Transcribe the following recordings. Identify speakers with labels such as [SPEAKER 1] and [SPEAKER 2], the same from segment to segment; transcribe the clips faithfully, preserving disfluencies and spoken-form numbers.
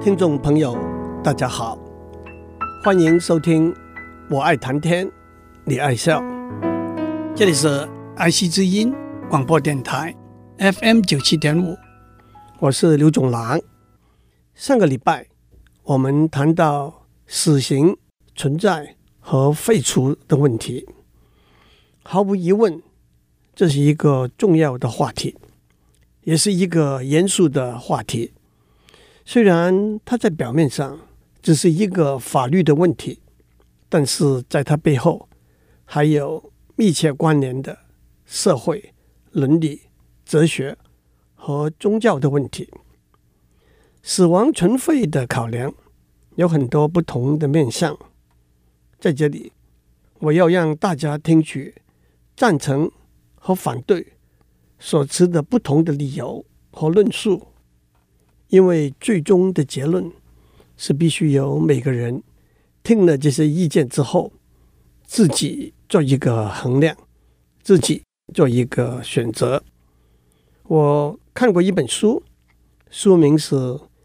[SPEAKER 1] 听众朋友大家好，欢迎收听我爱谈天你爱笑，
[SPEAKER 2] 这里是爱惜之音广播电台 F M 九七点五，
[SPEAKER 1] 我是刘总郎。上个礼拜我们谈到死刑存在和废除的问题，毫无疑问这是一个重要的话题，也是一个严肃的话题。虽然它在表面上只是一个法律的问题，但是在它背后还有密切关联的社会、伦理、哲学和宗教的问题。死亡存废的考量有很多不同的面向，在这里我要让大家听取赞成和反对所持的不同的理由和论述，因为最终的结论是必须由每个人听了这些意见之后自己做一个衡量，自己做一个选择。我看过一本书，书名是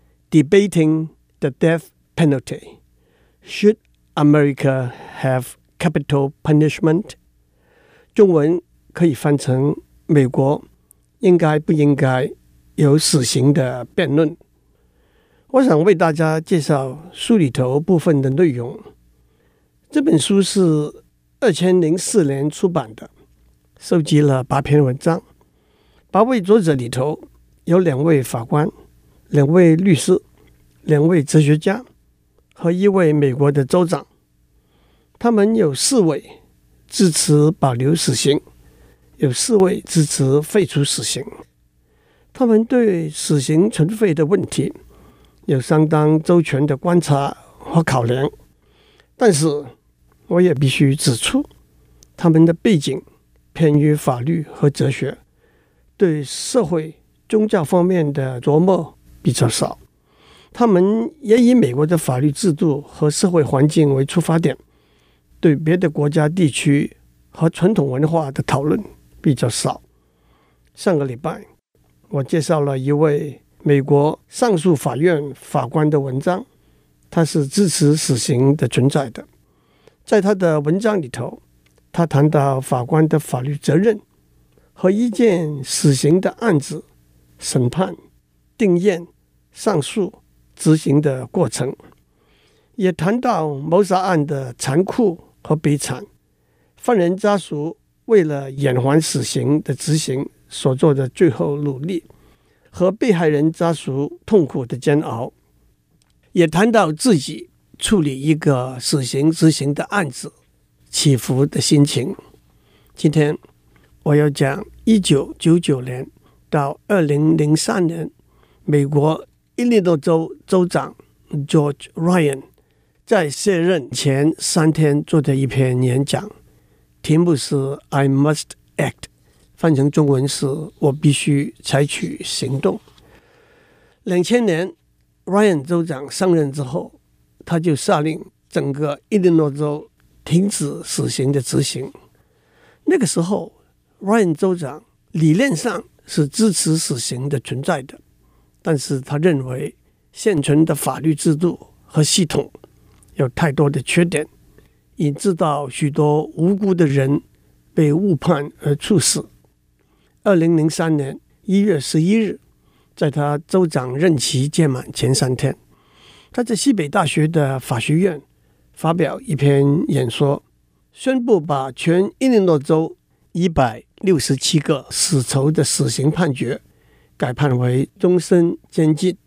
[SPEAKER 1] Debating the Death Penalty: Should America Have Capital Punishment? 中文可以翻成美国应该不应该有死刑的辩论。我想为大家介绍书里头部分的内容。这本书是二零零四年出版的，收集了八篇文章。八位作者里头有两位法官，两位律师，两位哲学家和一位美国的州长。他们有四位支持保留死刑，有四位支持废除死刑。他们对死刑存废的问题有相当周全的观察和考量，但是我也必须指出，他们的背景偏于法律和哲学，对社会、宗教方面的琢磨比较少。他们也以美国的法律制度和社会环境为出发点，对别的国家地区和传统文化的讨论比较少。上个礼拜我介绍了一位美国上诉法院法官的文章，他是支持死刑的存在的。在他的文章里头，他谈到法官的法律责任和一件死刑的案子审判、定验、上诉、执行的过程，也谈到谋杀案的残酷和悲惨，犯人家属为了延缓死刑的执行所做的最后努力，和被害人家属痛苦的煎熬，也谈到自己处理一个死刑执行的案子起伏的心情。今天我要讲一九九九年到二零零三年美国伊利诺州州长 George Ryan 在卸任前三天做的一篇演讲，题目是 I Must Act，翻成中文是我必须采取行动。两千年 Ryan 州长上任之后，他就下令整个伊利诺州停止死刑的执行。那个时候 Ryan 州长理念上是支持死刑的存在的，但是他认为现存的法律制度和系统有太多的缺点，引致到许多无辜的人被误判而处死。二零零三年一月十一日，在他州长任期届满前三天，他在西北大学的法学院发表一篇演说，宣布把全伊利诺州一百六十七个死囚的死刑判决改判为终身监禁。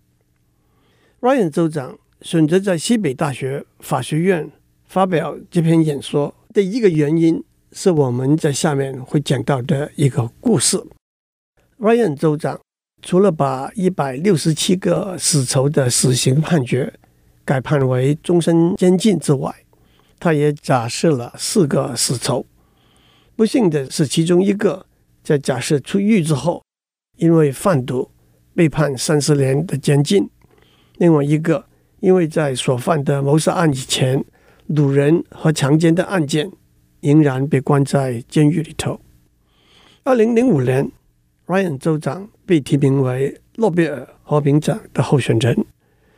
[SPEAKER 1] Ryan 州长选择在西北大学法学院发表这篇演说的一个原因，是我们在下面会讲到的一个故事。 Ryan 州长除了把一百六十七个死囚的死刑判决改判为终身监禁之外，他也假释了四个死囚。不幸的是，其中一个在假释出狱之后，因为贩毒被判三十年的监禁，另外一个因为在所犯的谋杀案以前掳人和强奸的案件仍然被关在监狱里头。二零零五年 Ryan 州长被提名为诺贝尔和平奖的候选人。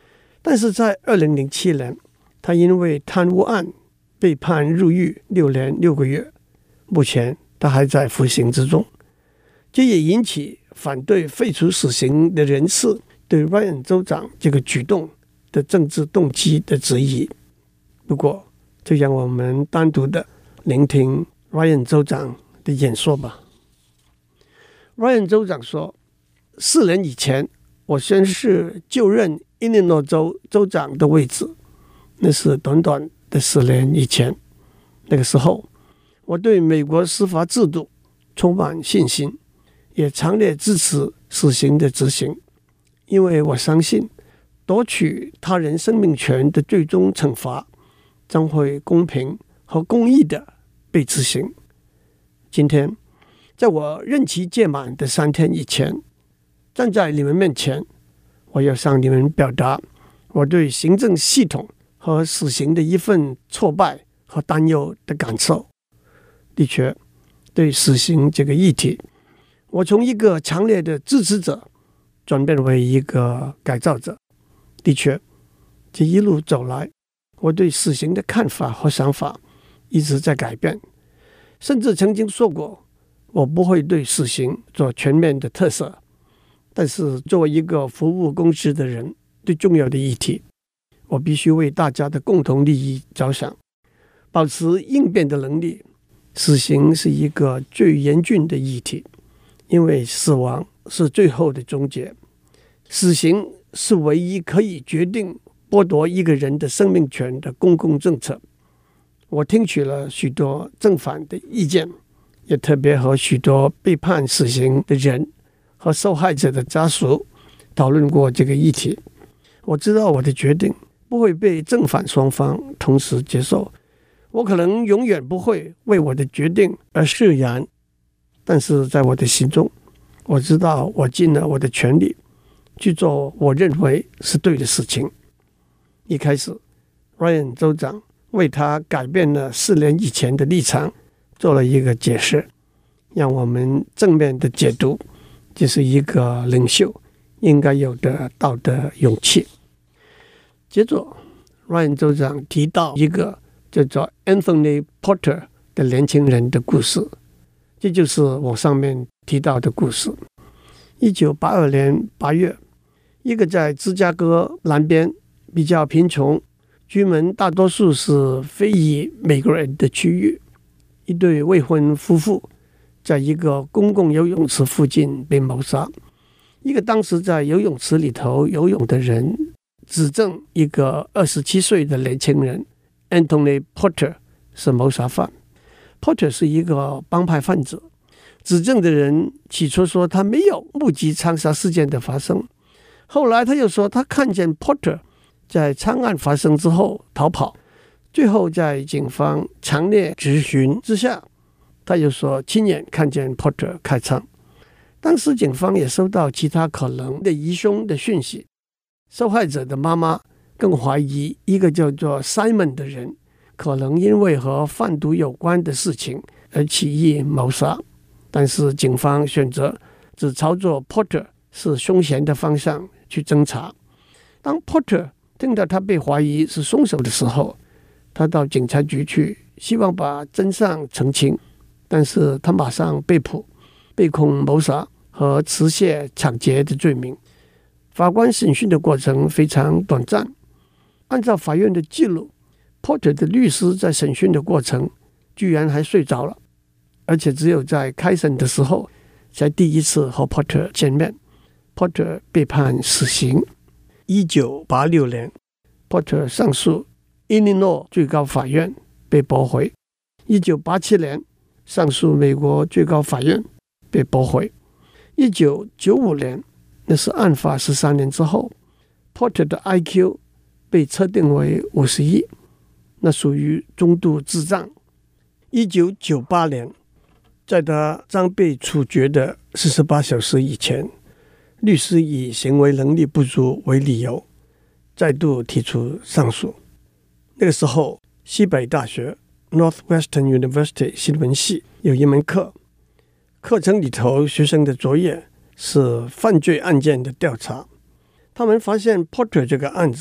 [SPEAKER 1] 但是在二零零七年，他因为贪污案被判入狱六年六个月，目前他还在服刑之中。这也引起反对废除死刑的人士对 Ryan 州长这个举动的政治动机的质疑。不过，就让我们单独的聆听 Ryan 州长的演说吧。Ryan 州长说，四年以前我宣誓就任伊利诺州州长的位置，那是短短的四年以前。那个时候我对美国司法制度充满信心，也强烈支持死刑的执行，因为我相信夺取他人生命权的最终惩罚将会公平和公义的被执行。今天在我任期届满的三天以前，站在你们面前，我要向你们表达我对行政系统和死刑的一份挫败和担忧的感受。的确，对死刑这个议题，我从一个强烈的支持者转变为一个改造者。的确，这一路走来，我对死刑的看法和想法一直在改变，甚至曾经说过我不会对死刑做全面的特赦。但是作为一个服务公司的人，最重要的议题，我必须为大家的共同利益着想，保持应变的能力。死刑是一个最严峻的议题，因为死亡是最后的终结。死刑是唯一可以决定剥夺一个人的生命权的公共政策。我听取了许多正反的意见，也特别和许多被判死刑的人和受害者的家属讨论过这个议题。我知道我的决定不会被正反双方同时接受，我可能永远不会为我的决定而释然，但是在我的心中，我知道我尽了我的全力去做我认为是对的事情。一开始 Ryan 州长为他改变了四年以前的立场做了一个解释，让我们正面的解读这是一个领袖应该有的道德勇气。接着 Ryan 州长提到一个叫做 Anthony Porter 的年轻人的故事，这就是我上面提到的故事。一九八二年八月，一个在芝加哥南边比较贫穷、居民大多数是非裔美国人的区域，一对未婚夫妇在一个公共游泳池附近被谋杀。一个当时在游泳池里头游泳的人指证一个二十七岁的年轻人 Anthony Porter 是谋杀犯。 Porter 是一个帮派分子，指证的人起初说他没有目击枪杀事件的发生，后来他又说他看见 Porter 在枪案发生之后逃跑，最后在警方强烈质询之下，他又说亲眼看见 Porter 开枪。当时警方也收到其他可能的疑凶的讯息，受害者的妈妈更怀疑一个叫做 Simon 的人可能因为和贩毒有关的事情而起意谋杀，但是警方选择只朝着 Porter 是凶嫌的方向去侦查。当 Porter 听到他被怀疑是凶手的时候，他到警察局去，希望把真相澄清，但是他马上被捕，被控谋杀和持械抢劫的罪名。法官审讯的过程非常短暂，按照法院的记录， Porter 的律师在审讯的过程居然还睡着了，而且只有在开审的时候才第一次和 Porter 见面。 Porter 被判死刑。一九八六年 Porter 上诉伊利诺最高法院被驳回。一九八七年上诉美国最高法院被驳回。一九九五年，那是案发十三年之后， Porter 的 I Q 被测定为五十一，那属于中度智障。一九九八年，在他将被处决的四十八小时以前，律师以行为能力不足为理由再度提出上诉。那个时候，西北大学 Northwestern University 新闻系有一门课，课程里头学生的作业是犯罪案件的调查。他们发现 Porter 这个案子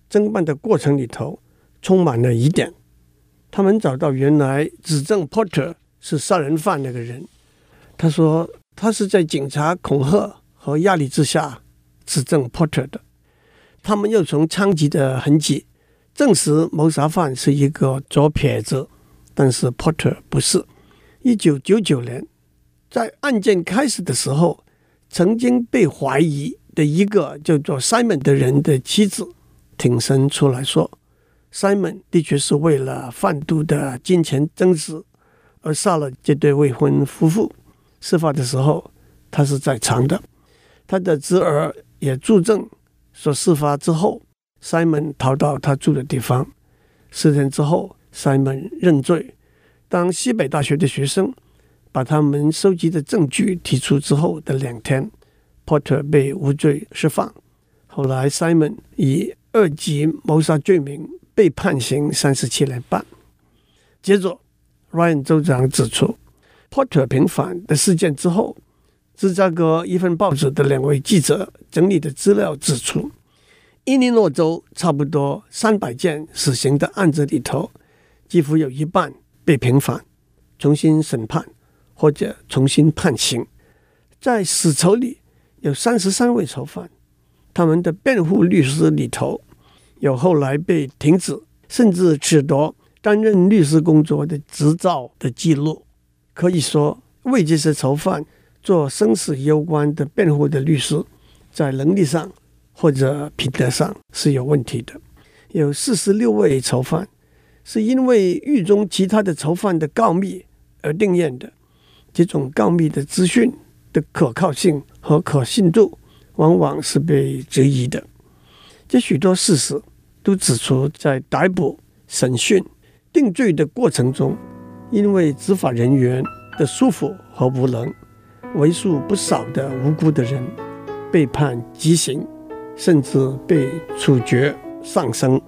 [SPEAKER 1] 侦办的过程里头充满了疑点。他们找到原来指证 Porter 是杀人犯那个人，他说他是在警察恐吓和压力之下指证 Porter 的。他们又从枪击的痕迹证实谋杀犯是一个左撇子，但是 Porter 不是。一九九九年，在案件开始的时候，曾经被怀疑的一个叫做 Simon 的人的妻子挺身出来说， Simon 的确是为了贩毒的金钱增值而杀了这对未婚夫妇。事发的时候他是在场的，他的侄儿也作证说，事发之后 Simon 逃到他住的地方。四天之后 Simon 认罪。当西北大学的学生把他们收集的证据提出之后的两天， Porter 被无罪释放。后来 Simon 以二级谋杀罪名被判刑三十七年半。接着 Ryan 州长指出， Porter 平反的事件之后，芝加哥一份报纸的两位记者整理的资料指出，伊利诺州差不多三百件死刑的案子里头，几乎有一半被平反、重新审判或者重新判刑。在死囚里有三十三位囚犯，他们的辩护律师里头有后来被停止甚至褫夺担任律师工作的执照的记录。可以说，为这些囚犯做生死攸关的辩护的律师，在能力上或者品德上是有问题的。有四十六位囚犯是因为狱中其他的囚犯的告密而定谳的，这种告密的资讯的可靠性和可信度往往是被质疑的。这许多事实都指出，在逮捕、审讯、定罪的过程中，因为执法人员的疏忽和无能，为数不少的无辜的人被判极刑，甚至被处决丧生。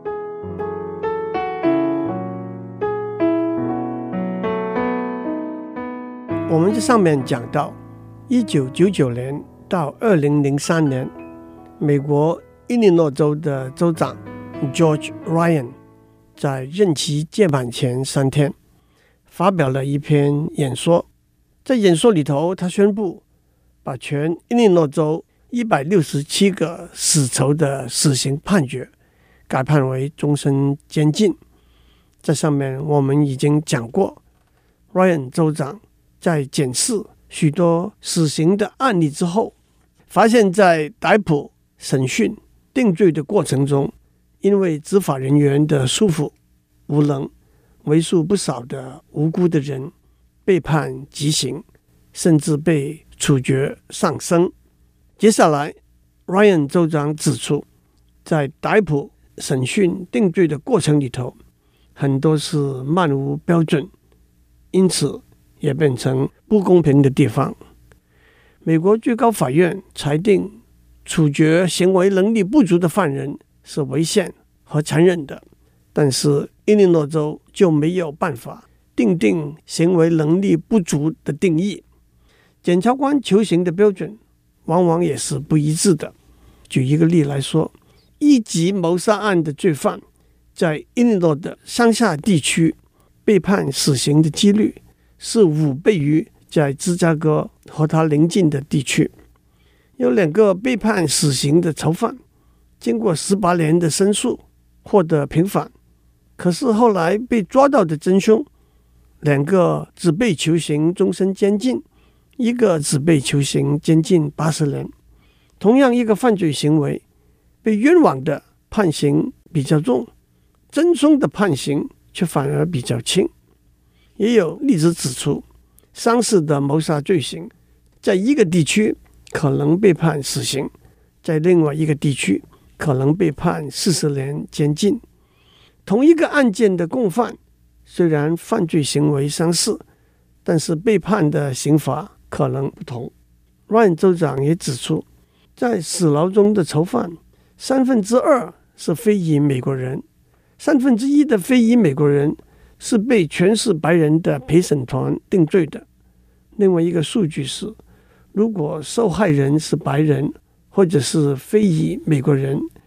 [SPEAKER 1] 我们在上面讲到，一九九九年到二零零三年，美国伊利诺州的州长 George Ryan 在任期届满前三天发表了一篇演说。在演说里头，他宣布把全伊利诺州一百六十七个死囚的死刑判决改判为终身监禁。在上面我们已经讲过， Ryan 州长在检视许多死刑的案例之后，发现在逮捕、审讯、定罪的过程中，因为执法人员的疏忽无能，为数不少的无辜的人被判极刑，甚至被处决丧生。接下来 Ryan 州长指出，在逮捕、审讯、定罪的过程里头，很多是漫无标准，因此也变成不公平的地方。美国最高法院裁定处决行为能力不足的犯人是违宪和残忍的，但是伊利诺州就没有办法定定行为能力不足的定义。检察官求刑的标准往往也是不一致的。举一个例来说，一级谋杀案的罪犯在伊利诺的乡下地区被判死刑的几率是五倍于在芝加哥和它邻近的地区。有两个被判死刑的囚犯经过十八年的申诉获得平反，可是后来被抓到的真凶，两个只被求刑终身监禁，一个只被求刑监禁八十年。同样一个犯罪行为，被冤枉的判刑比较重，真凶的判刑却反而比较轻。也有例子指出，相似的谋杀罪行在一个地区可能被判死刑，在另外一个地区可能被判四十年监禁。同一个案件的共犯虽然犯罪行为相似，但是被判的刑罚可能不同。 Ryan 州长也指出，在死牢中的囚犯三分之二是非裔美国人，三分之一的非裔美国人是被全是白人的陪审团定罪的。另外一个数据是，如果受害人是白人或者是非裔美国人，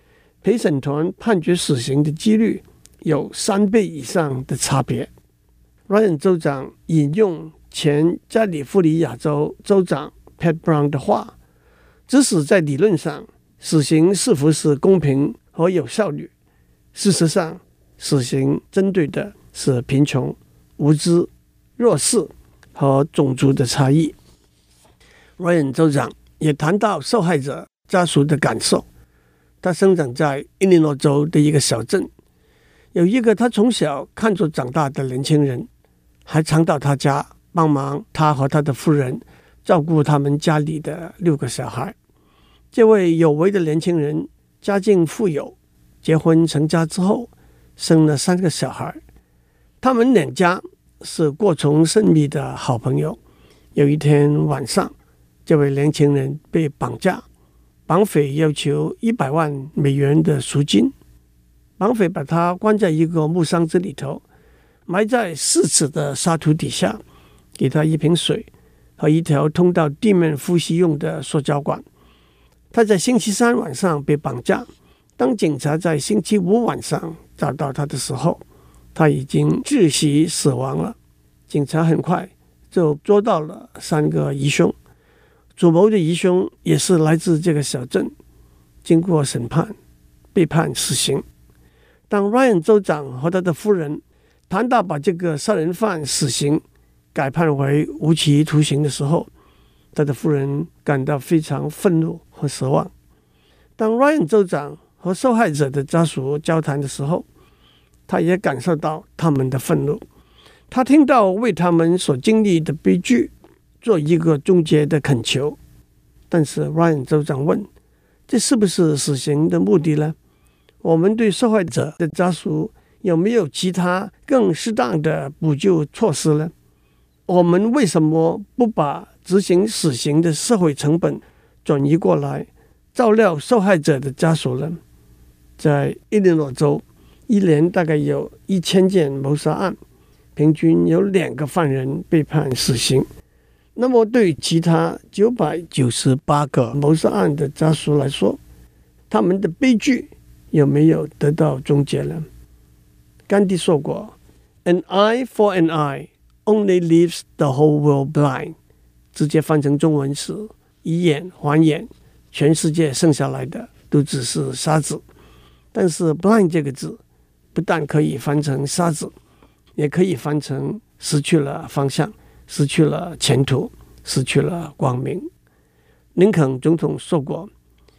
[SPEAKER 1] 陪审团判决死刑的几率有三倍以上的差别。Ryan 州长引用前加利福尼亚州州长 Pat Brown 的话，即使在理论上死刑是否是公平和有效率，事实上死刑针对的是贫穷、无知、弱势和种族的差异。Ryan 州长也谈到受害者家属的感受。他生长在伊利诺州的一个小镇，有一个他从小看着长大的年轻人，还常到他家帮忙他和他的夫人照顾他们家里的六个小孩。这位有为的年轻人家境富有，结婚成家之后生了三个小孩。他们两家是过从甚密的好朋友。有一天晚上，这位年轻人被绑架，绑匪要求一百万美元的赎金。绑匪把他关在一个木箱子里头，埋在四尺的沙土底下，给他一瓶水和一条通到地面呼吸用的塑胶管。他在星期三晚上被绑架，当警察在星期五晚上找到他的时候，他已经窒息死亡了。警察很快就捉到了三个疑凶，主谋的疑凶也是来自这个小镇，经过审判被判死刑。当 Ryan 州长和他的夫人谈到把这个杀人犯死刑改判为无期徒刑的时候，他的夫人感到非常愤怒和失望。当 Ryan 州长和受害者的家属交谈的时候，他也感受到他们的愤怒。他听到为他们所经历的悲剧做一个终结的恳求。但是 Ryan 州长问，这是不是死刑的目的呢？我们对受害者的家属有没有其他更适当的补救措施呢？我们为什么不把执行死刑的社会成本转移过来照料受害者的家属呢？在伊利诺州，一年大概有一千件谋杀案，平均有两个犯人被判死刑。那么对其他九百九十八个谋杀案的家属来说，他们的悲剧有没有得到终结呢？甘地说过 An eye for an eye only leaves the whole world blind， 直接翻成中文是以眼还眼，全世界剩下来的都只是沙子。但是 blind 这个字不但可以翻成沙子，也可以翻成失去了方向，失去了前途，失去了光明。林肯总统说过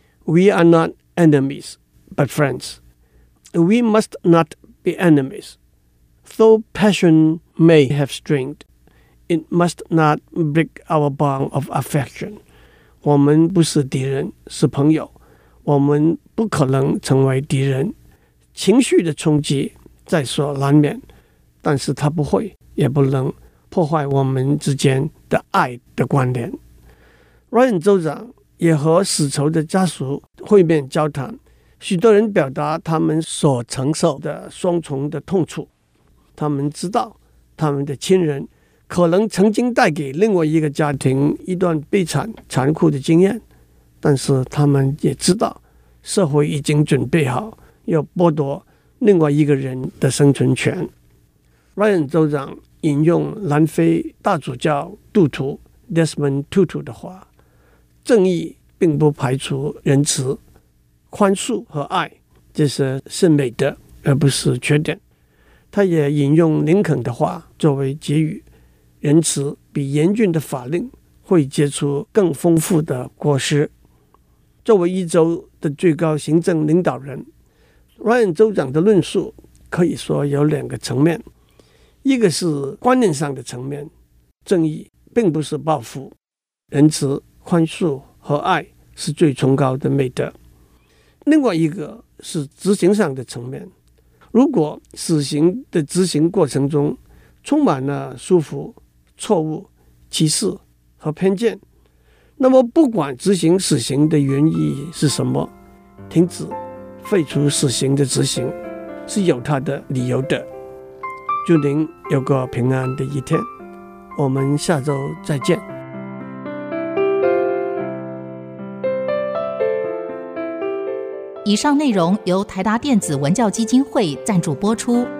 [SPEAKER 1] We are not enemies but friends. We must not be enemies. Though passion may have strained, it must not break our bond of affection. 我们不是敌人，是朋友。我们不可能成为敌人。情绪的冲击在所难免，但是它不会也不能破坏我们之间的爱的关联。Ryan 州长也和死囚的家属会面交谈，许多人表达他们所承受的双重的痛楚。他们知道他们的亲人可能曾经带给另外一个家庭一段悲惨残酷的经验，但是他们也知道社会已经准备好要剥夺另外一个人的生存权。Ryan 州长引用南非大主教杜图 Desmond Tutu 的话，正义并不排除仁慈、宽恕和爱，这些是美德而不是缺点。他也引用林肯的话作为结语，仁慈比严峻的法令会结出更丰富的果实。作为一州的最高行政领导人， Ryan 州长的论述可以说有两个层面，一个是观念上的层面，正义并不是报复，仁慈、宽恕和爱是最崇高的美德。另外一个是执行上的层面，如果死刑的执行过程中充满了束缚、错误、歧视和偏见，那么不管执行死刑的原意是什么，停止、废除死刑的执行是有它的理由的。祝您有个平安的一天，我们下周再见。
[SPEAKER 3] 以上内容由台达电子文教基金会赞助播出。